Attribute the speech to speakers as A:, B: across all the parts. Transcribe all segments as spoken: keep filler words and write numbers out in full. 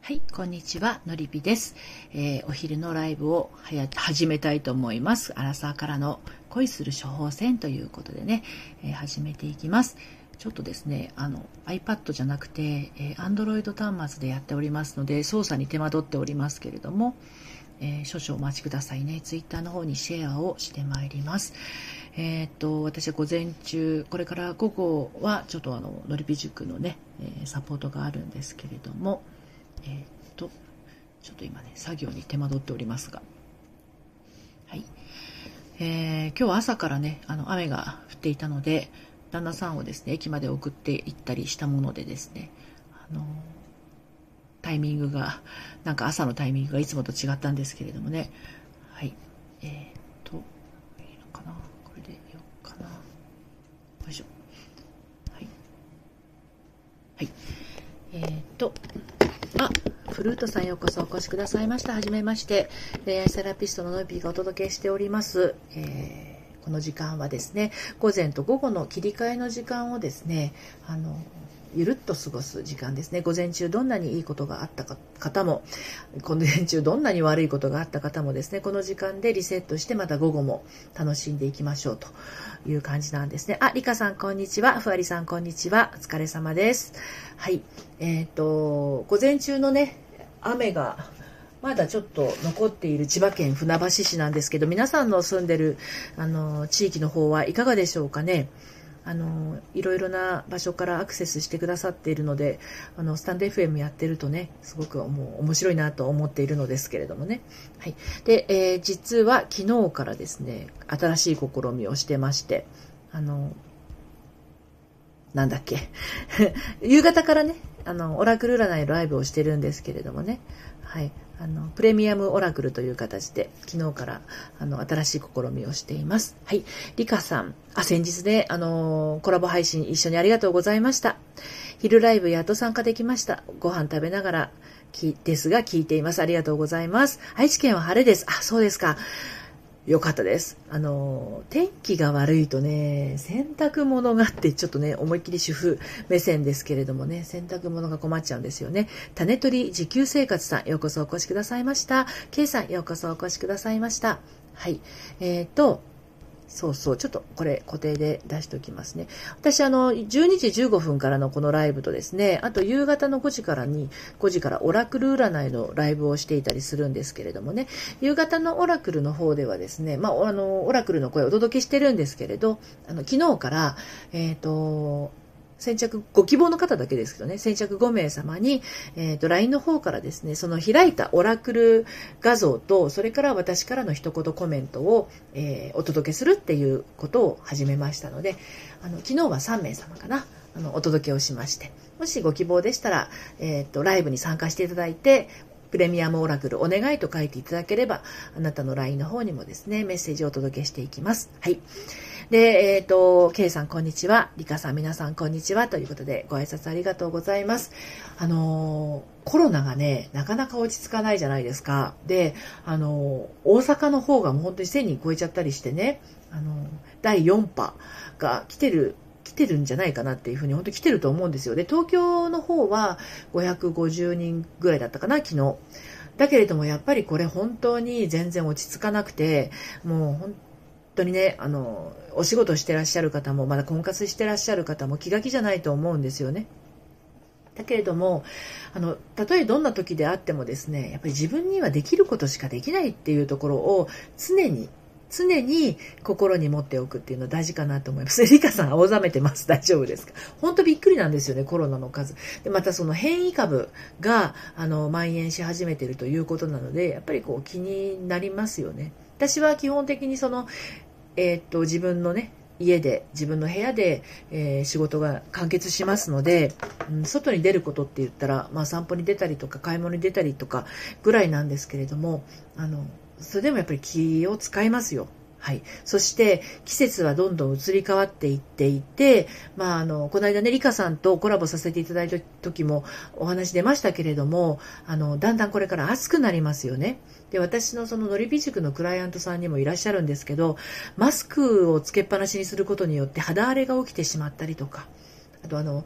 A: はい、こんにちは、のりぴです。えー、お昼のライブをはや始めたいと思います。アラサーからの恋する処方箋ということでね、えー、始めていきます。ちょっとですね、あの iPad じゃなくて、えー、Android 端末でやっておりますので、操作に手間取っておりますけれども、えー、少々お待ちくださいね。Twitter の方にシェアをしてまいります。えー、っと私は午前中、これから午後はちょっとあののりぴ塾のね、えー、サポートがあるんですけれども、えー、っとちょっと今ね作業に手間取っておりますが、はい、えー、今日は朝からねあの雨が降っていたので、旦那さんをですね駅まで送って行ったりしたものでですね、あのタイミングがなんか朝のタイミングがいつもと違ったんですけれどもね、はい、えー、っといいのかな、これでよっかな、よいしょ、はい、はい、えー、っとあ、フルートさん、ようこそお越しくださいました。はじめまして、恋愛セラピストののりぴがお届けしております、えー、この時間はですね、午前と午後の切り替えの時間をですね、あのゆるっと過ごす時間ですね。午前中どんなにいいことがあったか方も、午前中どんなに悪いことがあった方もですね、この時間でリセットしてまた午後も楽しんでいきましょうという感じなんですね。あ、りかさんこんにちは。ふわりさんこんにちは。お疲れ様です。はい、えっと午前中のね雨がまだちょっと残っている千葉県船橋市なんですけど、皆さんの住んでるあの地域の方はいかがでしょうかね。あのいろいろな場所からアクセスしてくださっているので、あのスタンド エフエム やってるとねすごくもう面白いなと思っているのですけれどもね、はい、で、えー、実は昨日からですね新しい試みをしてまして、あのなんだっけ夕方からねあのオラクル占いライブをしてるんですけれどもね、はい、あのプレミアムオラクルという形で昨日からあの新しい試みをしています。はい、リカさん、あ先日ねあのコラボ配信一緒にありがとうございました。昼ライブやっと参加できました。ご飯食べながらきですが聞いています。ありがとうございます。愛知県は晴れです。あ、そうですか。よかったです。あの天気が悪いとね洗濯物があってちょっとね思いっきり主婦目線ですけれどもね、洗濯物が困っちゃうんですよね。種取り自給生活さん、ようこそお越しくださいました。ケイさん、ようこそお越しくださいました。はい、えーとそうそう、ちょっとこれ固定で出しておきますね。私あのじゅうにじじゅうごふんからのこのライブとですね、あと夕方のごじからにごじからオラクル占いのライブをしていたりするんですけれどもね、夕方のオラクルの方ではですね、まああのオラクルの声をお届けしてるんですけれど、あの昨日からえっと先着ご希望の方だけですけどね、先着ごめい様に、えーと、ライン の方からですね、その開いたオラクル画像と、それから私からの一言コメントを、えー、お届けするっていうことを始めましたので、あの昨日はさんめい様かな、あのお届けをしまして、もしご希望でしたら、えーと、ライブに参加していただいて、プレミアムオラクルお願いと書いていただければ、あなたの ライン の方にもですね、メッセージをお届けしていきます。はい。で、えっと、K さんこんにちは。リカさん皆さんこんにちは。ということで、ご挨拶ありがとうございます。あのー、コロナがね、なかなか落ち着かないじゃないですか。で、あのー、大阪の方がもう本当にせんにん超えちゃったりしてね、あのー、だいよん波が来てる、来てるんじゃないかなっていうふうに本当に来てると思うんですよ。で、東京の方はごひゃくごじゅうにんぐらいだったかな、昨日。だけれどもやっぱりこれ本当に全然落ち着かなくて、もう本当にね、あのお仕事してらっしゃる方もまだ婚活してらっしゃる方も気が気じゃないと思うんですよね。だけれどもあのたとえどんな時であってもですね、やっぱり自分にはできることしかできないっていうところを常に常に心に持っておくっていうのは大事かなと思います。リカさん青ざめてます。大丈夫ですか？本当びっくりなんですよね、コロナの数で。またその変異株があの蔓延し始めているということなので、やっぱりこう気になりますよね。私は基本的にそのえー、っと自分のね家で自分の部屋で、えー、仕事が完結しますので、うん、外に出ることって言ったら、まあ、散歩に出たりとか買い物に出たりとかぐらいなんですけれども、あのそれでもやっぱり気を使いますよ。はい、そして季節はどんどん移り変わっていっていて、まあ、あのこの間ねリカさんとコラボさせていただいた時もお話出ましたけれども、あのだんだんこれから暑くなりますよね。で私のそののりぴ塾のクライアントさんにもいらっしゃるんですけど、マスクをつけっぱなしにすることによって肌荒れが起きてしまったりとか、あとあの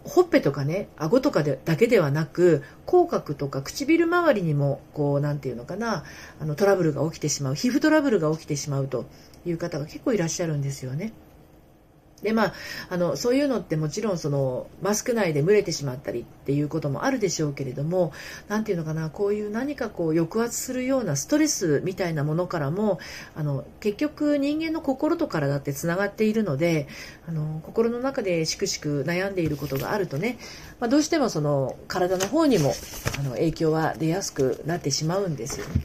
A: ほっぺとかね、顎とかでだけではなく、口角とか唇周りにも、こう、なんていうのかな、あの、トラブルが起きてしまう、皮膚トラブルが起きてしまうという方が結構いらっしゃるんですよね。で、まあ、あの、そういうのってもちろんその、マスク内で蒸れてしまったりっていうこともあるでしょうけれども、なんていうのかな、こういう何かこう、抑圧するようなストレスみたいなものからも、あの、結局人間の心と体ってつながっているので、あの、心の中でしくしく悩んでいることがあるとね、まあ、どうしてもその、体の方にも、あの、影響は出やすくなってしまうんですよね。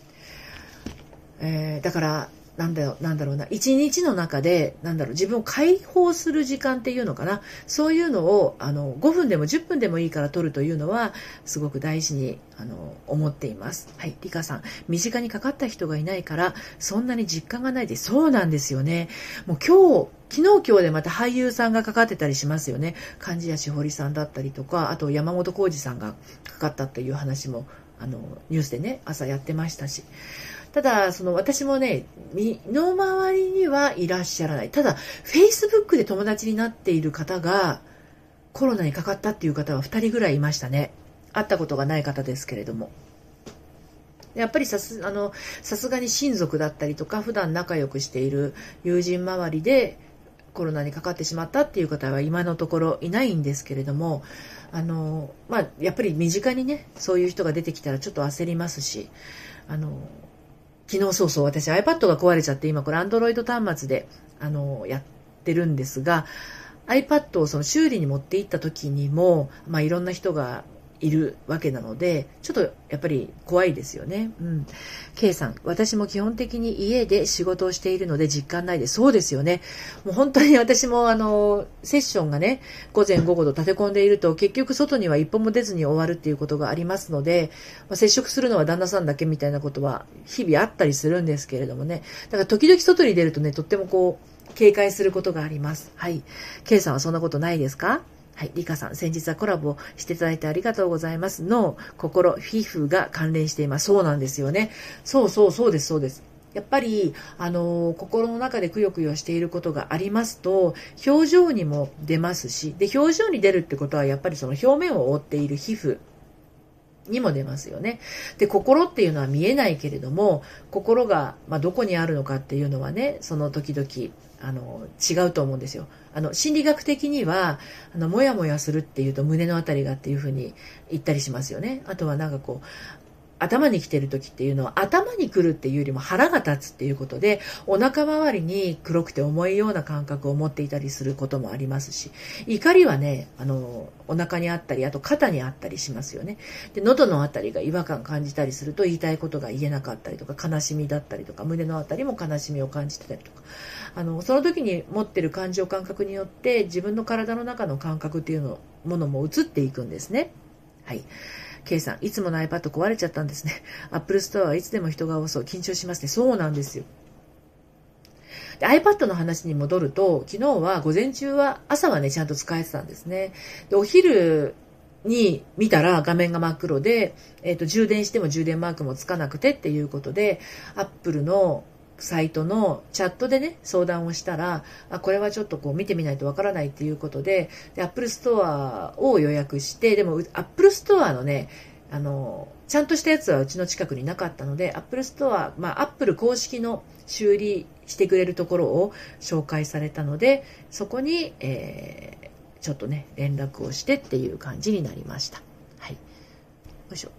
A: えー、だから、なんだろう、なんだろうな、一日の中で、なんだろう、自分を解放する時間っていうのかな、そういうのを、あの、ごふんでもじゅっぷんでもいいから取るというのは、すごく大事に、あの、思っています。はい、リカさん、身近にかかった人がいないから、そんなに実感がないで、そうなんですよね。もう今日、昨日今日でまた俳優さんがかかってたりしますよね。貫地谷しほりさんだったりとか、あと山本浩二さんがかかったっていう話も、あの、ニュースでね、朝やってましたし。ただ、その私もね、身の回りにはいらっしゃらない。ただ、Facebook で友達になっている方が、コロナにかかったっていう方はふたりぐらいいましたね。会ったことがない方ですけれども。やっぱりさす、あの、さすがに親族だったりとか、普段仲良くしている友人周りで、コロナにかかってしまったっていう方は今のところいないんですけれども、あの、まあ、やっぱり身近にね、そういう人が出てきたらちょっと焦りますし、あの、昨日そうそう、私 iPad が壊れちゃって、今これ Android 端末で、あの、やってるんですが、iPad をその修理に持って行った時にも、まあいろんな人がいるわけなので、ちょっとやっぱり怖いですよね。うん。K さん、私も基本的に家で仕事をしているので実感ないです。そうですよね。もう本当に私もあの、セッションがね、午前午後と立て込んでいると、結局外には一歩も出ずに終わるっていうことがありますので、まあ、接触するのは旦那さんだけみたいなことは日々あったりするんですけれどもね。だから時々外に出るとね、とってもこう、警戒することがあります。はい。K さんはそんなことないですか？はい。リカさん、先日はコラボしていただいてありがとうございます。脳、心、皮膚が関連しています。そうなんですよね。そうそう、そうです、そうです。やっぱり、あのー、心の中でくよくよしていることがありますと、表情にも出ますし、で、表情に出るってことは、やっぱりその表面を覆っている皮膚にも出ますよね。で、心っていうのは見えないけれども、心が、まあ、どこにあるのかっていうのはね、その時々、あの、違うと思うんですよ。あの、心理学的には、あの、もやもやするっていうと胸のあたりがっていうふうに言ったりしますよね。あとはなんかこう、頭に来てる時っていうのは頭に来るっていうよりも腹が立つっていうことで、お腹周りに黒くて重いような感覚を持っていたりすることもありますし、怒りはね、あの、お腹にあったり、あと肩にあったりしますよね。で、喉のあたりが違和感感じたりすると言いたいことが言えなかったりとか、悲しみだったりとか、胸のあたりも悲しみを感じてたりとか、あの、その時に持ってる感情感覚によって自分の体の中の感覚っていうのものも移っていくんですね。はい。K さん、いつもの iPad 壊れちゃったんですね。Apple Store はいつでも人が多そう。緊張しますね。そうなんですよ。で、iPad の話に戻ると、昨日は午前中は、朝はね、ちゃんと使えてたんですね。で、お昼に見たら画面が真っ黒で、えっと、充電しても充電マークもつかなくてっていうことで、Apple のサイトのチャットでね、相談をしたら、あ、これはちょっとこう見てみないとわからないっていうことで、で、Apple Store を予約して、でも Apple Store のね、あの、ちゃんとしたやつはうちの近くになかったので、Apple Store、まあ、Apple 公式の修理してくれるところを紹介されたので、そこに、えー、ちょっとね、連絡をしてっていう感じになりました。はい。よいしょ。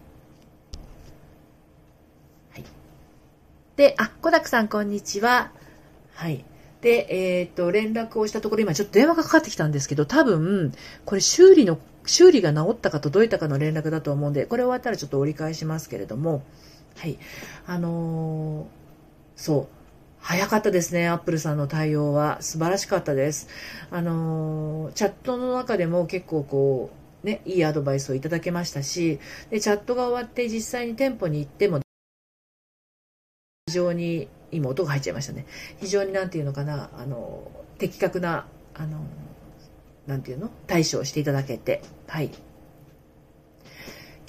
A: で、あ、小沢さん、こんにちは。はい。で、えっと、連絡をしたところ、今ちょっと電話がかかってきたんですけど、多分、これ修理の、修理が治ったか届いたかの連絡だと思うんで、これ終わったらちょっと折り返しますけれども、はい。あのー、そう。早かったですね、アップルさんの対応は。素晴らしかったです。あのー、チャットの中でも結構こう、ね、いいアドバイスをいただけましたし、で、チャットが終わって実際に店舗に行っても、非常に今音が入っちゃいましたね。非常になんていうのかな、あの的確なあのなんていうの対処をしていただけて、はい。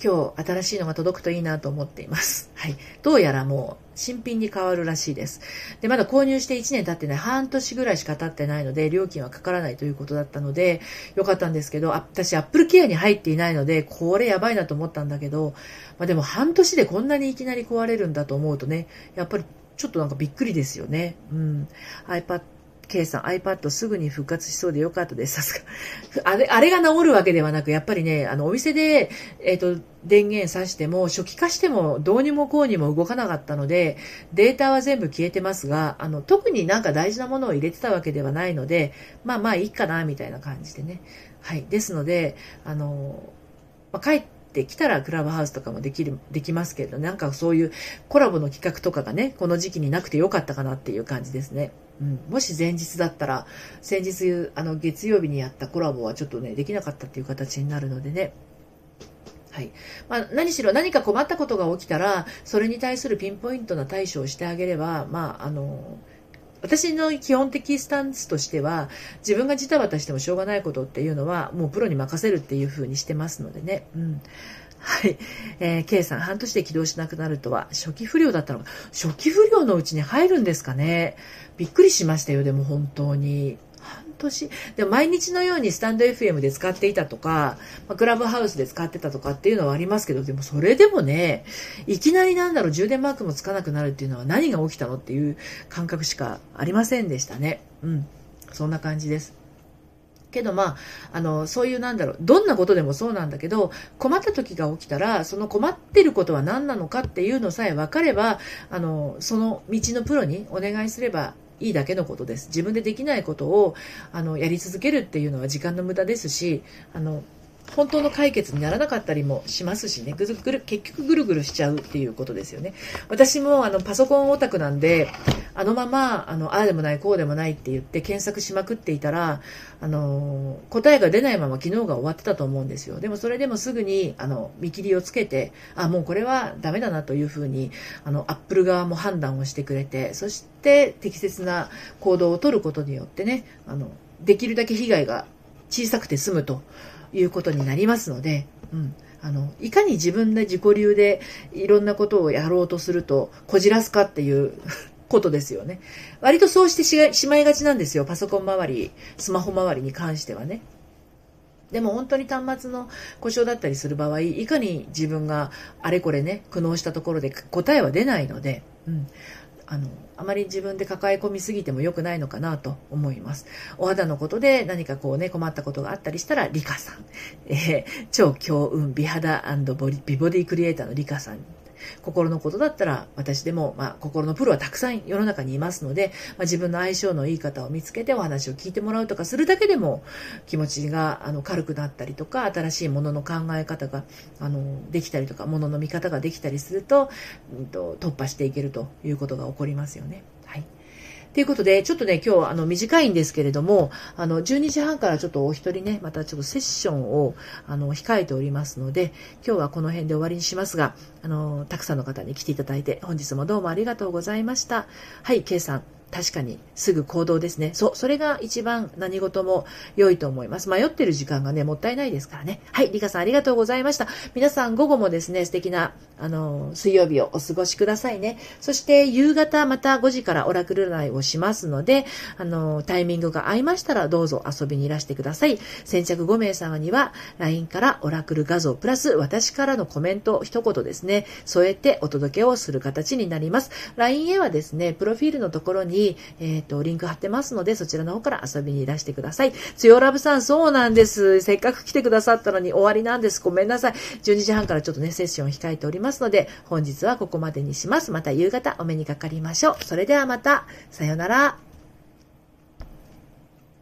A: 今日新しいのが届くといいなと思っています。はい。どうやらもう新品に変わるらしいです。で、まだ購入していちねん経ってない、半年ぐらいしか経ってないので、料金はかからないということだったので、よかったんですけど、私、アップルケアに入っていないので、これやばいなと思ったんだけど、まあでも半年でこんなにいきなり壊れるんだと思うとね、やっぱりちょっとなんかびっくりですよね。うん。iPad K さん、iPad すぐに復活しそうでよかったです。さすが。あれ、あれが治るわけではなく、やっぱりね、あの、お店で、えっと、電源挿しても、初期化しても、どうにもこうにも動かなかったので、データは全部消えてますが、あの、特になんか大事なものを入れてたわけではないので、まあまあいいかな、みたいな感じでね。はい。ですので、あの、まあ、帰って、できたらクラブハウスとかもできる、できますけれど、なんかそういうコラボの企画とかがね、この時期になくてよかったかなっていう感じですね。うん、もし前日だったら、先日、あの、月曜日にやったコラボはちょっとね、できなかったっていう形になるのでね。はい。まあ、何しろ何か困ったことが起きたら、それに対するピンポイントな対処をしてあげれば、まあ、あの、私の基本的スタンスとしては、自分がジタバタしてもしょうがないことっていうのは、もうプロに任せるっていう風にしてますのでね。うん。はい。えー、K さん、半年で起動しなくなるとは、初期不良だったのか。初期不良のうちに入るんですかね。びっくりしましたよ、でも本当に。半年。でも毎日のようにスタンド エフエム で使っていたとか、まあ、クラブハウスで使ってたとかっていうのはありますけど、でもそれでもね、いきなりなんだろう、充電マークもつかなくなるっていうのは何が起きたのっていう感覚しかありませんでしたね。うん。そんな感じです。けどまあ、あの、そういうなんだろう、どんなことでもそうなんだけど、困った時が起きたら、その困ってることは何なのかっていうのさえ分かれば、あの、その道のプロにお願いすればいいだけのことです。自分でできないことを、あの、やり続けるっていうのは時間の無駄ですし、あの、本当の解決にならなかったりもしますしね、ぐるぐる、結局ぐるぐるしちゃうっていうことですよね。私もあのパソコンオタクなんで、あのまま、あの、ああでもない、こうでもないって言って検索しまくっていたら、あの、答えが出ないまま昨日が終わってたと思うんですよ。でもそれでもすぐに、あの、見切りをつけて、あ、もうこれはダメだなというふうに、あの、アップル側も判断をしてくれて、そして適切な行動を取ることによってね、あの、できるだけ被害が小さくて済むということになりますので、うん。あの、いかに自分で自己流でいろんなことをやろうとすると、こじらすかっていうことですよね。割とそうしてし, がしまいがちなんですよ。パソコン周り、スマホ周りに関してはね。でも本当に端末の故障だったりする場合、いかに自分があれこれね、苦悩したところで答えは出ないので、うん。あの、あまり自分で抱え込みすぎても良くないのかなと思います。お肌のことで何かこうね、困ったことがあったりしたら、リカさん。えー、超強運美肌&美ボディクリエイターのリカさん。心のことだったら私でも、まあ、心のプロはたくさん世の中にいますので、まあ、自分の相性のいい方を見つけてお話を聞いてもらうとかするだけでも気持ちがあの軽くなったりとか、新しいものの考え方があのできたりとか、ものの見方ができたりすると、うんと、突破していけるということが起こりますよね。はい。ということで、ちょっとね、今日、あの、短いんですけれども、あの、じゅうにじはんからちょっとお一人ね、またちょっとセッションを、あの、控えておりますので、今日はこの辺で終わりにしますが、あの、たくさんの方に来ていただいて、本日もどうもありがとうございました。はい、K さん。確かにすぐ行動ですね。そう、それが一番何事も良いと思います。迷ってる時間がね、もったいないですからね。はい、リカさんありがとうございました。皆さん午後もですね、素敵な、あの、水曜日をお過ごしくださいね。そして夕方またごじからオラクル占いをしますので、あの、タイミングが合いましたらどうぞ遊びにいらしてください。先着ごめい様には ライン からオラクル画像プラス私からのコメント一言ですね、添えてお届けをする形になります。ライン へはですね、プロフィールのところにえっと、リンク貼ってますので、そちらの方から遊びにいらしてください。つよラブさん、そうなんです。せっかく来てくださったのに終わりなんです。ごめんなさい。じゅうにじはんからちょっとね、セッションを控えておりますので、本日はここまでにします。また夕方お目にかかりましょう。それではまた、さようなら。